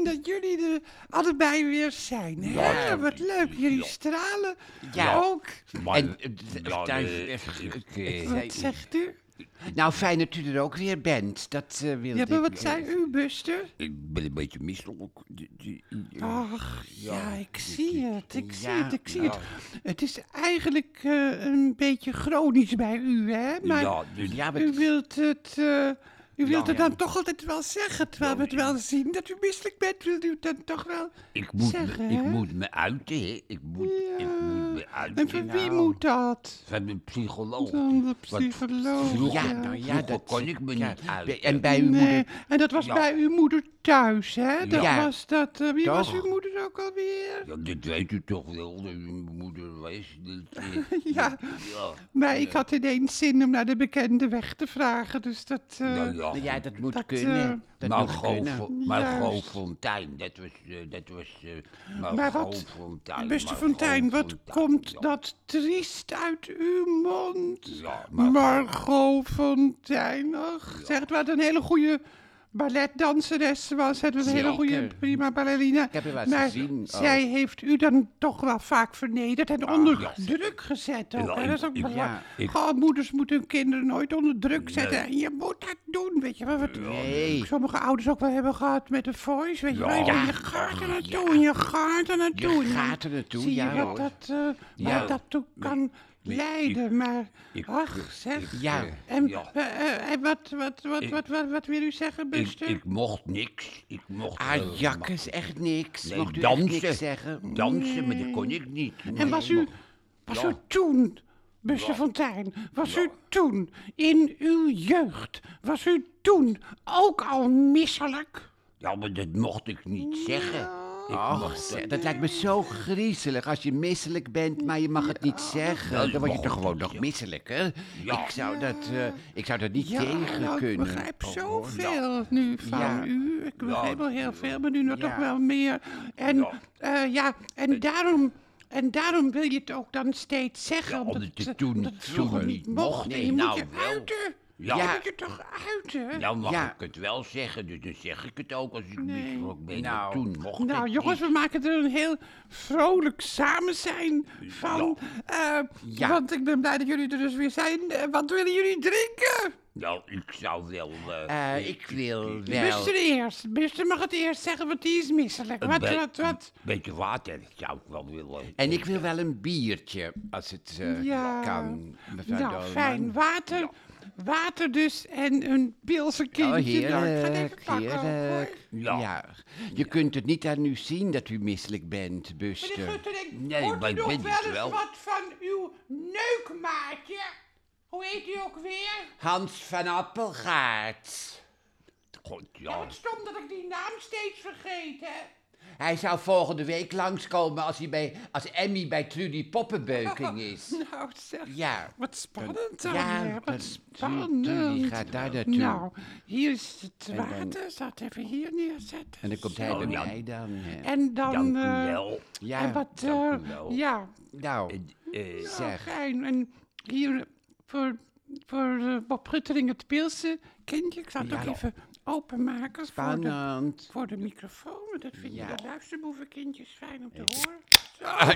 fijn dat jullie er allebei weer zijn. Hè? Ja, Wat leuk, jullie ja. stralen Ja. ook. Maar, En Wat zegt u? nou, fijn dat u er ook weer bent. Dat wilde Ja, maar ik. wat zei u, Buster? ik ben een beetje misselijk. Ach, ja, ik zie het, ik zie ja, het, ik zie het. Het is eigenlijk een beetje chronisch bij u, hè? Maar Ja, dus, Ja, u wilt het... U wilt het ja. dan toch altijd wel zeggen, terwijl we het wel zien dat u misselijk bent, wilt u het dan toch wel ik moet, zeggen, ik hè? moet me uiten, hè. Ik moet me uiten. En voor wie moet dat? Van een psycholoog. Dan de Want psycholoog. vroeger- Ja, nou ja, vroeger dat kon ik me niet uiten. En bij uw Nee, moeder. en dat was Ja. bij uw moeder thuis, hè? Dat Ja. was dat... wie was Toch? uw moeder ook alweer? Ja, dit weet u toch wel, dat uw moeder was. Ja, Ja. maar ik had ineens zin om naar de bekende weg te vragen, dus dat... Nou Nou ja, dat moet Dat, kunnen. Dat moet kunnen. Margot Juist. Fontijn, dat was Maar Margot wat, Fontijn. beste Margot Fontijn, wat Fontijn, komt ja. dat triest uit uw mond? Ja, Margot Fontijn, ach, zeg het wat een hele goede balletdanseres was. Het was een hele goede, Zeker. prima ballerina. Ik heb er wel eens maar gezien ook. zij heeft u dan toch wel vaak vernederd en onder ja. druk gezet ook. Ja, hè? Dat is ook ik- belangrijk. ik- Goh, moeders moeten hun kinderen nooit onder druk zetten. En je moet dat doen, weet je wel. Wat Nee. sommige ouders ook wel hebben gehad met de voice, weet je wel. Ja. Je gaat er naartoe en je gaat er naartoe. Je En dan gaat er naartoe, zie je ja, wat hoor. dat, Ja. wat dat toe kan leiden. Maar, ach zeg. Ja. En Ja. wat wil u zeggen, Buster? Ik mocht niks. Ik mocht Ah, jakkes, echt niks. nee, Mocht u dansen. echt niks zeggen? dansen, maar dat kon ik niet. En was u toen, Buster Fontijn, was u toen, in uw jeugd, was u toen ook al misselijk? Ja, maar dat mocht ik niet zeggen. Ik Och, mocht zeg, dat lijkt me zo griezelig als je misselijk bent, maar je mag het niet zeggen. Ja, Dan word je mag toch het gewoon niet nog zeggen. misselijk, hè? Ja. Ik zou dat niet tegen nou, kunnen. ik begrijp zoveel nu van Ja. u. Ik begrijp wel heel veel, maar nu nog Ja. toch wel meer. En en daarom wil je het ook dan steeds zeggen. Ja, omdat je toen omdat het vroeger toen niet niet mocht. mocht. En Nee, je nou moet je wel. uiten. Ja. Je moet je toch uiten? Nou mag Ja. ik het wel zeggen, dus dan zeg ik het ook als ik misselijk ben. Maar Nou. toen mocht Nou, ik jongens, niet. we maken er een heel vrolijk samen zijn van. Ja. Want ik ben blij dat jullie er dus weer zijn. Wat willen jullie drinken? Nou, ik zou wel... Ik wil wel... Buster eerst. Buster mag het eerst zeggen, want die is misselijk. Een Wat? beetje water zou ik wel willen. En ik wil wel een biertje, als het Ja. kan, mevrouw Nou, Dolman. fijn. Water. Water dus en een pilse Oh, kindje. Nou, ik ga het even heerlijk, pakken. ook, hoor. heerlijk. Ja. Ja. Je kunt het niet aan u zien dat u misselijk bent, Meneer Buster. Schutterink, Nee, hoort maar u ik nog ben wel het eens wel. wat van uw neukmaatje? Hoe heet u ook weer? Hans van Appelgaard. God, Ja, ja. wat stom dat ik die naam steeds vergeet, hè? Hij zou volgende week langskomen als Emmy bij Trudy Poppenbeuking is. Nou, zeg. Ja. Wat spannend dan, Ja, hè? Wat dat- spannend. Trudy gaat daar naartoe. Nou, hier is het En dan- water. Zal het even hier neerzetten. En dan komt hij Zo, bij ja. mij dan. hè. En dan... Dank u wel. Ja, En wat... dank u wel. ja, nou, zeg. fijn. En hier voor Bob Guttering het pilsen kindje. Ik zal het ook even openmaken. Spannend. Voor de microfoon. want Dat vinden Ja. de luisterboevenkindjes fijn om te horen. Ja.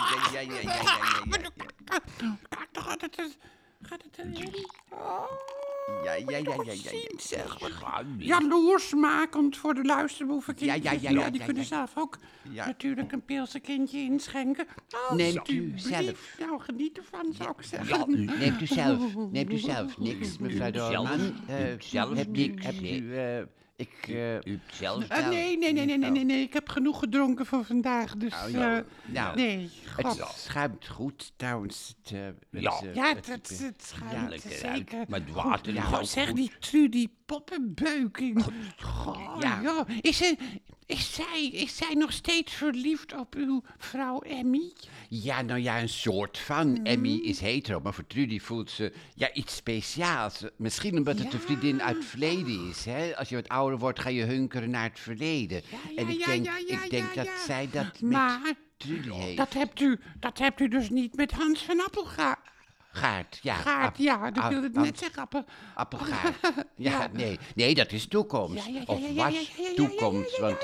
Kijk, dan gaat het erin. Oh, zien, zeg. Jaloersmakend voor de luisterboevenkindjes. Die kunnen zelf ook Ja. natuurlijk een pilse kindje inschenken. Neemt u Alsjeblieft. zelf. Nou, geniet ervan, zou ik zeggen. Neemt u zelf niks, mevrouw Dolman? zelf Hebt niks, u, U hebt zelf... Nee. Ik heb genoeg gedronken voor vandaag. Dus, nou, nee, Het god. schuimt goed, trouwens. Ja. Ja, het schuimt lekker zeker. uit. Maar het water is Ja, ook zeg goed. die Trudy Poppenbeuking. Goh, Ja. ja. Is zij nog steeds verliefd op uw vrouw Emmy? Ja, nou ja, een soort van. Emmy is hetero, maar voor Trudy voelt ze iets speciaals. Misschien omdat het een vriendin uit het verleden is. Hè? Als je wat ouder wordt, ga je hunkeren naar het verleden. En ik denk dat zij dat Maar met Trudy heeft. dat hebt u dus niet met Hans van Appelgaard. Gaard, ja. Gaard, ja, dat wilde ik net zeggen. Appelgaard. Ja, nee, dat is toekomst. Of was toekomst, want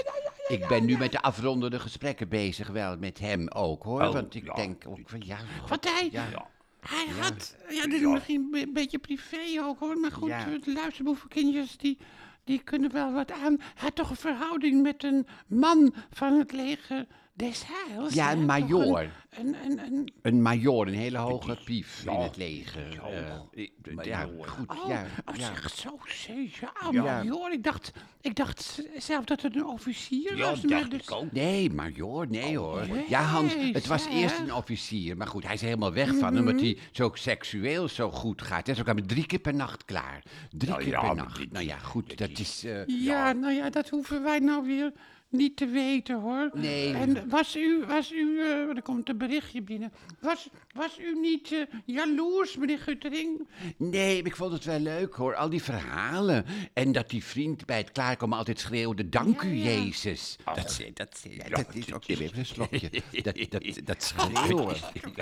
Ik ben nu met de afrondende gesprekken bezig, wel met hem ook, hoor. Oh, Want ik ja. denk ook van, ja... Wat hij... Ja. Hij had... Ja, dit is misschien een beetje privé ook, hoor. Maar goed, Ja. de luisterboevenkindjes, die kunnen wel wat aan. Hij had toch een verhouding met een man van het leger des Heils? Ja, hè? een Toch majoor. Een Een majoor, een hele hoge pief in Ja, het leger. Ja, goed, Oh, ja. zeg, zo ja, Ja. majoor. Ik dacht zelf dat het een officier Ja, was. dacht maar ik dus... ook. Nee, majoor, nee hoor. nee, Ja, Hans, het was zeg. eerst een officier. Maar goed, hij is er helemaal weg van, omdat hij zo seksueel zo goed gaat. Hij is ook aan 3 keer per nacht klaar. 3 Nou keer ja, per maar nacht. dit- Nou ja, goed, dat is... Ja, nou ja, dat hoeven wij nou weer niet te weten, hoor. Nee. En was u, er komt een berichtje binnen. Was u niet jaloers, meneer Guttering? Nee, ik vond het wel leuk hoor, al die verhalen. En dat die vriend bij het klaarkomen altijd schreeuwde, dank u Ja, ja. Jezus. Dat is ook weer een slokje. Dat schreeuwen.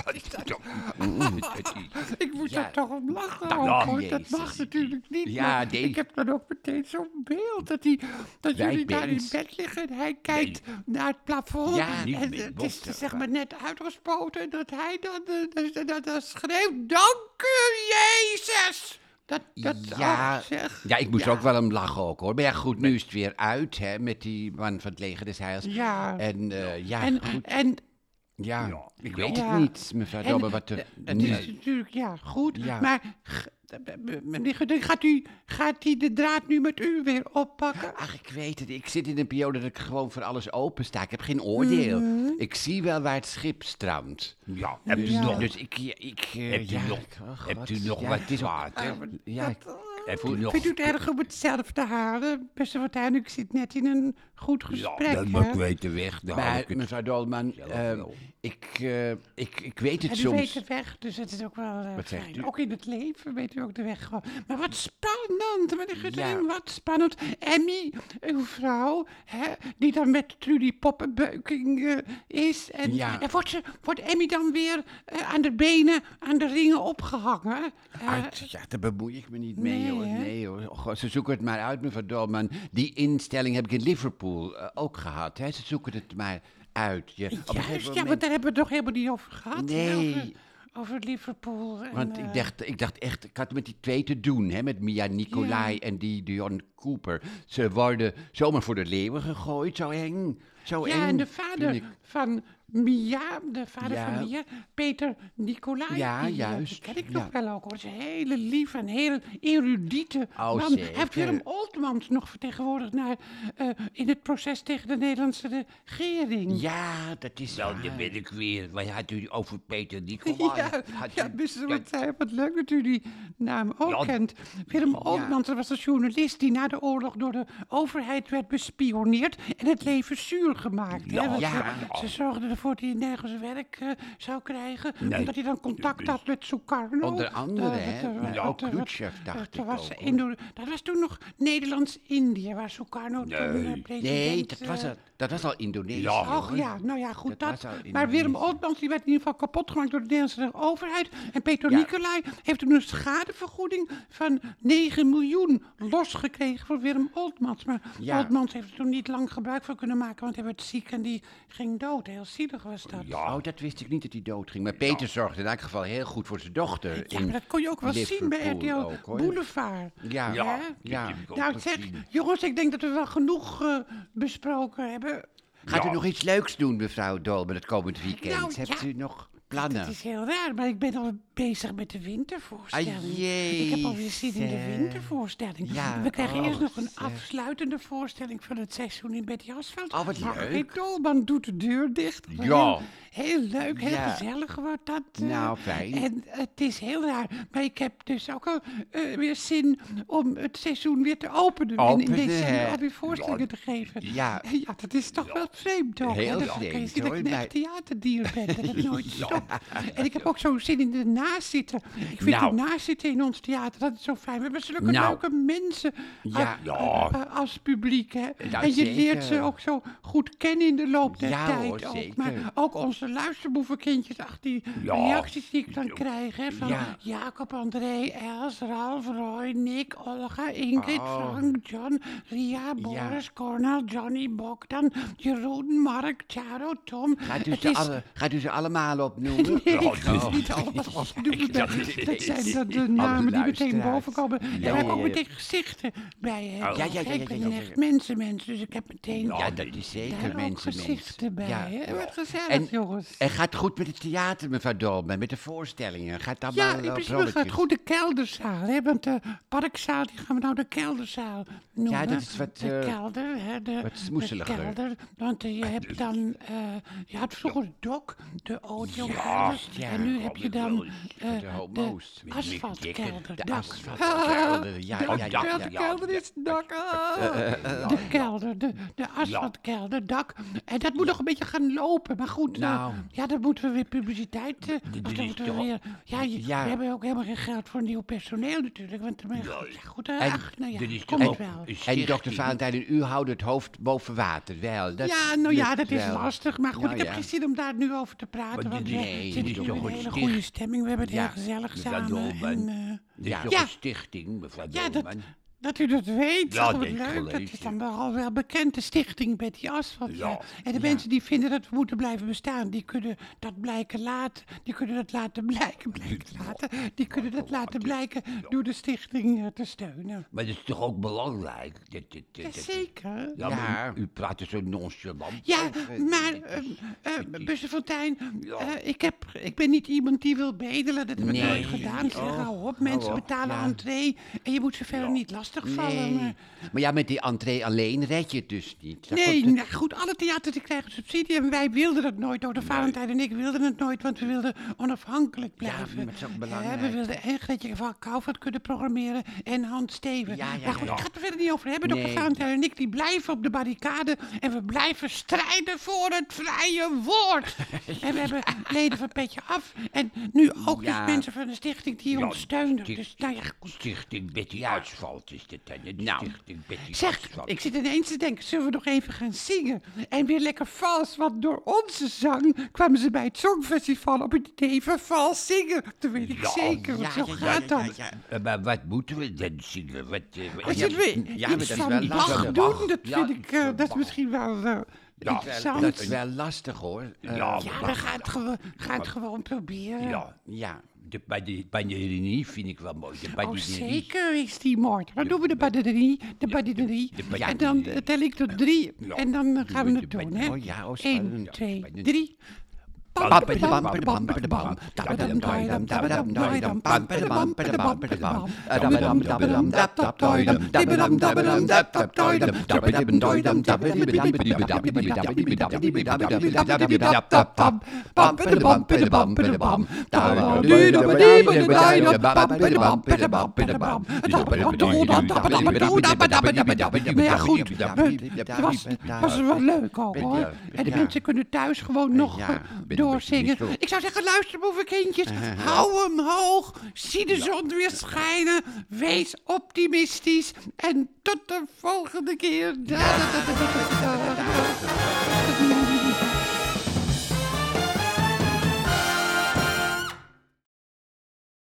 Ik moet Ja. daar toch om lachen, Dank ook, u, hoor. Dat Jezus. mag natuurlijk niet. Ja, maar nee. ik heb dan ook meteen zo'n beeld dat jullie daar in mens. bed liggen. En hij kijkt naar het plafond. Ja, niet en meer het is boksen. zeg maar net uitgespoten dat hij dan schreeuwt, dank u, Jezus! Ja, zeg. ja, ik moest ook wel om lachen ook hoor. Maar ja, goed, nu is het weer uit hè, met die man van het leger des Heils. Ja. En ja, En, goed. en Ja, ik weet Ja. het niet, mevrouw En, Dobbe, wat er... het is natuurlijk, ja, goed. Ja. Maar, meneer Guttering, gaat hij de draad nu met u weer oppakken? Ach, ik weet het. Ik zit in een periode dat ik gewoon voor alles open sta. Ik heb geen oordeel. Mhm. Ik zie wel waar het schip strandt. Ja, hebt u Ja. nog, Dus hebt u ja, nog, ach, hebt wat- u nog ja, wat het is ook- water? Ja, Hebt u nog... Vindt u het erg om het zelf te halen? Beste Fortuyn, ik zit net in een goed Ja, gesprek, dan hè? moet ik weten weg. Dan hou maar ik het mevrouw Dolman, zelf wel. ik weet het En u soms. weet de weg, dus het is ook wel Wat zegt fijn. u? Ook in het leven weet u ook de weg gewoon. Maar wat spannend, meneer Guttering, Ja. wat spannend. Emmy, uw vrouw, hè, die dan met Trudy Poppenbeuking is. En, Ja. en wordt Emmy dan weer aan de benen, aan de ringen opgehangen? Ja, daar bemoei ik me niet mee, nee, hoor. hè? Nee, hoor. Oh, God, ze zoeken het maar uit, mevrouw Dolman. Die instelling heb ik in Liverpool ook gehad. Hè. Ze zoeken het maar uit. Op een gegeven Juist, ja, moment- want daar hebben we het nog helemaal niet over gehad. hè, Nee. over Liverpool. En, Want ik dacht echt, ik had met die twee te doen, hè, met Mia Nicolai Ja. en die Dion Cooper. Ze worden zomaar voor de leeuwen gegooid, zo eng. Zo eng. ja, en de vind vader ik. van Mia, de vader Ja. van Mia, Peter Nicolai. Ja, die juist, ken ik ja. nog wel ook hoor. Ze is een hele lieve en hele erudite Oh, man. zeker. Hij heeft Willem Oltmans nog vertegenwoordigd in het proces tegen de Nederlandse regering. Ja, dat is Nou, waar. dan ben ik weer. Wat had u over Peter Nicolai? Ja, ja, beste ja. wat zei, wat leuk dat u die naam ook Ja. kent. Willem Oltmans, dat was een journalist die na de oorlog door de overheid werd bespioneerd en het leven zuur gemaakt. hè, Ja, want ja. Ze zorgden ervoor dat hij nergens werk zou krijgen, Nee. omdat hij dan contact had met Sukarno. Onder andere, hè? Dat- Ook dat- Khrushchev, dacht dat ik was ook, hoor. dat was toen nog Nederlands-Indië, waar Sukarno toen president... Nee, dat was al Indonesië. Ja. Och hoor. ja, nou ja, goed Dat dat. was al in Maar Willem Indonesië. Oltmans die werd in ieder geval kapot gemaakt door de Nederlandse overheid. En Peter Ja. Nicolai heeft toen een schadevergoeding van 9 miljoen losgekregen voor Willem Oltmans. Maar Ja. Oltmans heeft er toen niet lang gebruik van kunnen maken, want hij werd ziek en die ging dood. Heel zielig was dat. Ja. Oh, dat wist ik niet dat hij dood ging. Maar Peter zorgde in elk geval heel goed voor zijn dochter. Ja, maar dat kon je ook wel zien bij RTL Liverpool ook, hoor. Boulevard. Ja, Ja, Hè? ja. die heb ik ook Nou gezien. zeg, jongens, ik denk dat we wel genoeg besproken hebben. Gaat u Ja. nog iets leuks doen, mevrouw Dolman, het komend weekend? Nou, Hebt ja. u nog plannen? Het is heel raar, maar ik ben al bezig met de wintervoorstelling. Ah, Ik heb alweer zin in de jezus. wintervoorstelling. Ja, We krijgen eerst nog een zeg. afsluitende voorstelling van het seizoen in Betty Asphalt. Oh, wat Margriet leuk. Dolman doet de deur dicht. Ja. Heel leuk, heel Ja. gezellig wordt dat. Nou, fijn. En het is heel raar. Maar ik heb dus ook al weer zin om het seizoen weer te openen. En in Openen, december hè? alweer voorstellingen te geven. Ja. Ja, dat is toch wel vreemd, toch? Heel hè? Dan kan je vreemd, zien dat hoor, ik een maar- echt theaterdier ben. Dat het nooit stopt. En ik heb ook zo'n zin in de nazitten. Ik vind Nou. het nazitten in ons theater, dat is zo fijn. We hebben zulke Nou. leuke mensen als publiek, hè. Nou, En je leert ze zeker. ook zo goed kennen in de loop der Ja, tijd. hoor, ook. zeker. Maar ook onze luisterboevenkindjes, die reacties die ik dan krijg, hè. Van Ja. Jacob, André, Els, Ralf, Roy, Nick, Olga, Ingrid, Frank, John, Ria, Boris, Cornel, Johnny, Bogdan, Jeroen, Mark, Charo, Tom. Gaat u ze allemaal opnoemen? Nee, ik ga het niet allemaal doen. Dat zijn dan de namen die meteen luisteraars. boven komen. En we hebben ook meteen gezichten bij. Hè. Ik ben een echt mensenmens, dus ik heb meteen Ja, dat is zeker daar ook mensen. gezichten bij. Ja. Hè. Wat gezellig, jongens. En gaat het goed met het theater, mevrouw Dolman, met de voorstellingen? Gaat dat allemaal Ja, in principe gaat het goed de kelderzaal, hè, want de parkzaal die gaan we nou de kelderzaal noemen. Ja, dat is wat, de kelder, hè, wat smoeseliger. de kelder, want je hebt dan, je had vroeger de dok, de audiokelder, ja, en nu heb je dan de homo's. de asfaltkelder, De dak. asfaltkelder, ja. De kelder is dak. De kelder, de asfaltkelder, dak. En dat moet nog een beetje gaan lopen, maar goed, Nou. ja, dan moeten we weer publiciteit. Of dan moeten we weer, Ja. we hebben ook helemaal geen geld voor nieuw personeel natuurlijk. Want goed, ach, nou ja, dit is komt toch het ook wel. een En stichting. dokter Valentijn, en u houdt het hoofd boven water, wel. Dat Ja, nou ja, lukt dat is wel. lastig. Maar goed, Nou ik heb ja. geen zin om daar nu over te praten. Maar Want dit we is zitten toch in een een hele sticht- goede stemming. We hebben het Ja. heel gezellig Mevrouw samen. Dolman. En, Dit is Ja. toch Ja. een stichting, mevrouw ja, Dolman? dat u dat weet. Ja, Wat dit leuk. Dat gelezen. is dan al wel bekend, de stichting Betty Asphalt. Ja. En de mensen die vinden dat we moeten blijven bestaan, die kunnen dat blijken laten. Die kunnen dat laten blijken. Die kunnen dat laten blijken door de stichting te steunen. Maar dat is toch ook belangrijk? Jazeker. Ja, Ja. maar u praat er zo nonchalant. Ja, maar, Bussenfontein, ik ben niet iemand die wil bedelen. Dat heb ik Nee. nooit gedaan. Ik zeg, hou op, mensen betalen entree en je moet ze verder niet lastigvallen. Nee. Maar ja, met die entree alleen red je het dus niet. Dat Nee, komt- nou goed, alle theaters die krijgen subsidie en wij wilden dat nooit. Door de Valentijn en ik wilden het nooit, want we wilden onafhankelijk blijven. maar het is ook belangrijk. We wilden en Gretje van Kouwvat kunnen programmeren en Hans Steven. Ja, maar goed, ja. ik ga het er verder niet over hebben. Nee. Dokter Valentijn en ik die blijven op de barricade en we blijven strijden voor het vrije woord. En we hebben leden van Petje Af en nu ook Ja. dus mensen van de stichting die ons steunen. Dus nou ja, goed. Stichting Betty Asphalt is dit, hè? De Nou. Stichting Betty Zeg, Asphalt. ik zit ineens te denken, zullen we nog even gaan zingen? En weer lekker vals, want door onze zang kwamen ze bij het Songfestival op het idee van vals zingen. Dat weet ik zeker, want zo gaat dat. Maar wat moeten we dan zingen? Als je weer ja, maar iets dat is van wel Bach lastig. doen, dat Ja, vind ik, iets van dat is Bach. misschien wel interessant. Dat is wel lastig, hoor. Ja, dan ga het gewoon proberen. Ja. De Panerini vind ik wel mooi. De Oh, Panerini. zeker is die mooi. Dan doen we de baderie. En dan tel ik tot 3 en dan gaan we het doen, hè? Oh ja, 1, spannend. 2, 3. Maar ja, goed, het was wel leuk ook, hoor. En de mensen kunnen thuis gewoon nog doorzingen. Ik zou zeggen, luister, boevenkindjes, hou hem hoog, zie de zon weer schijnen, wees optimistisch en tot de volgende keer.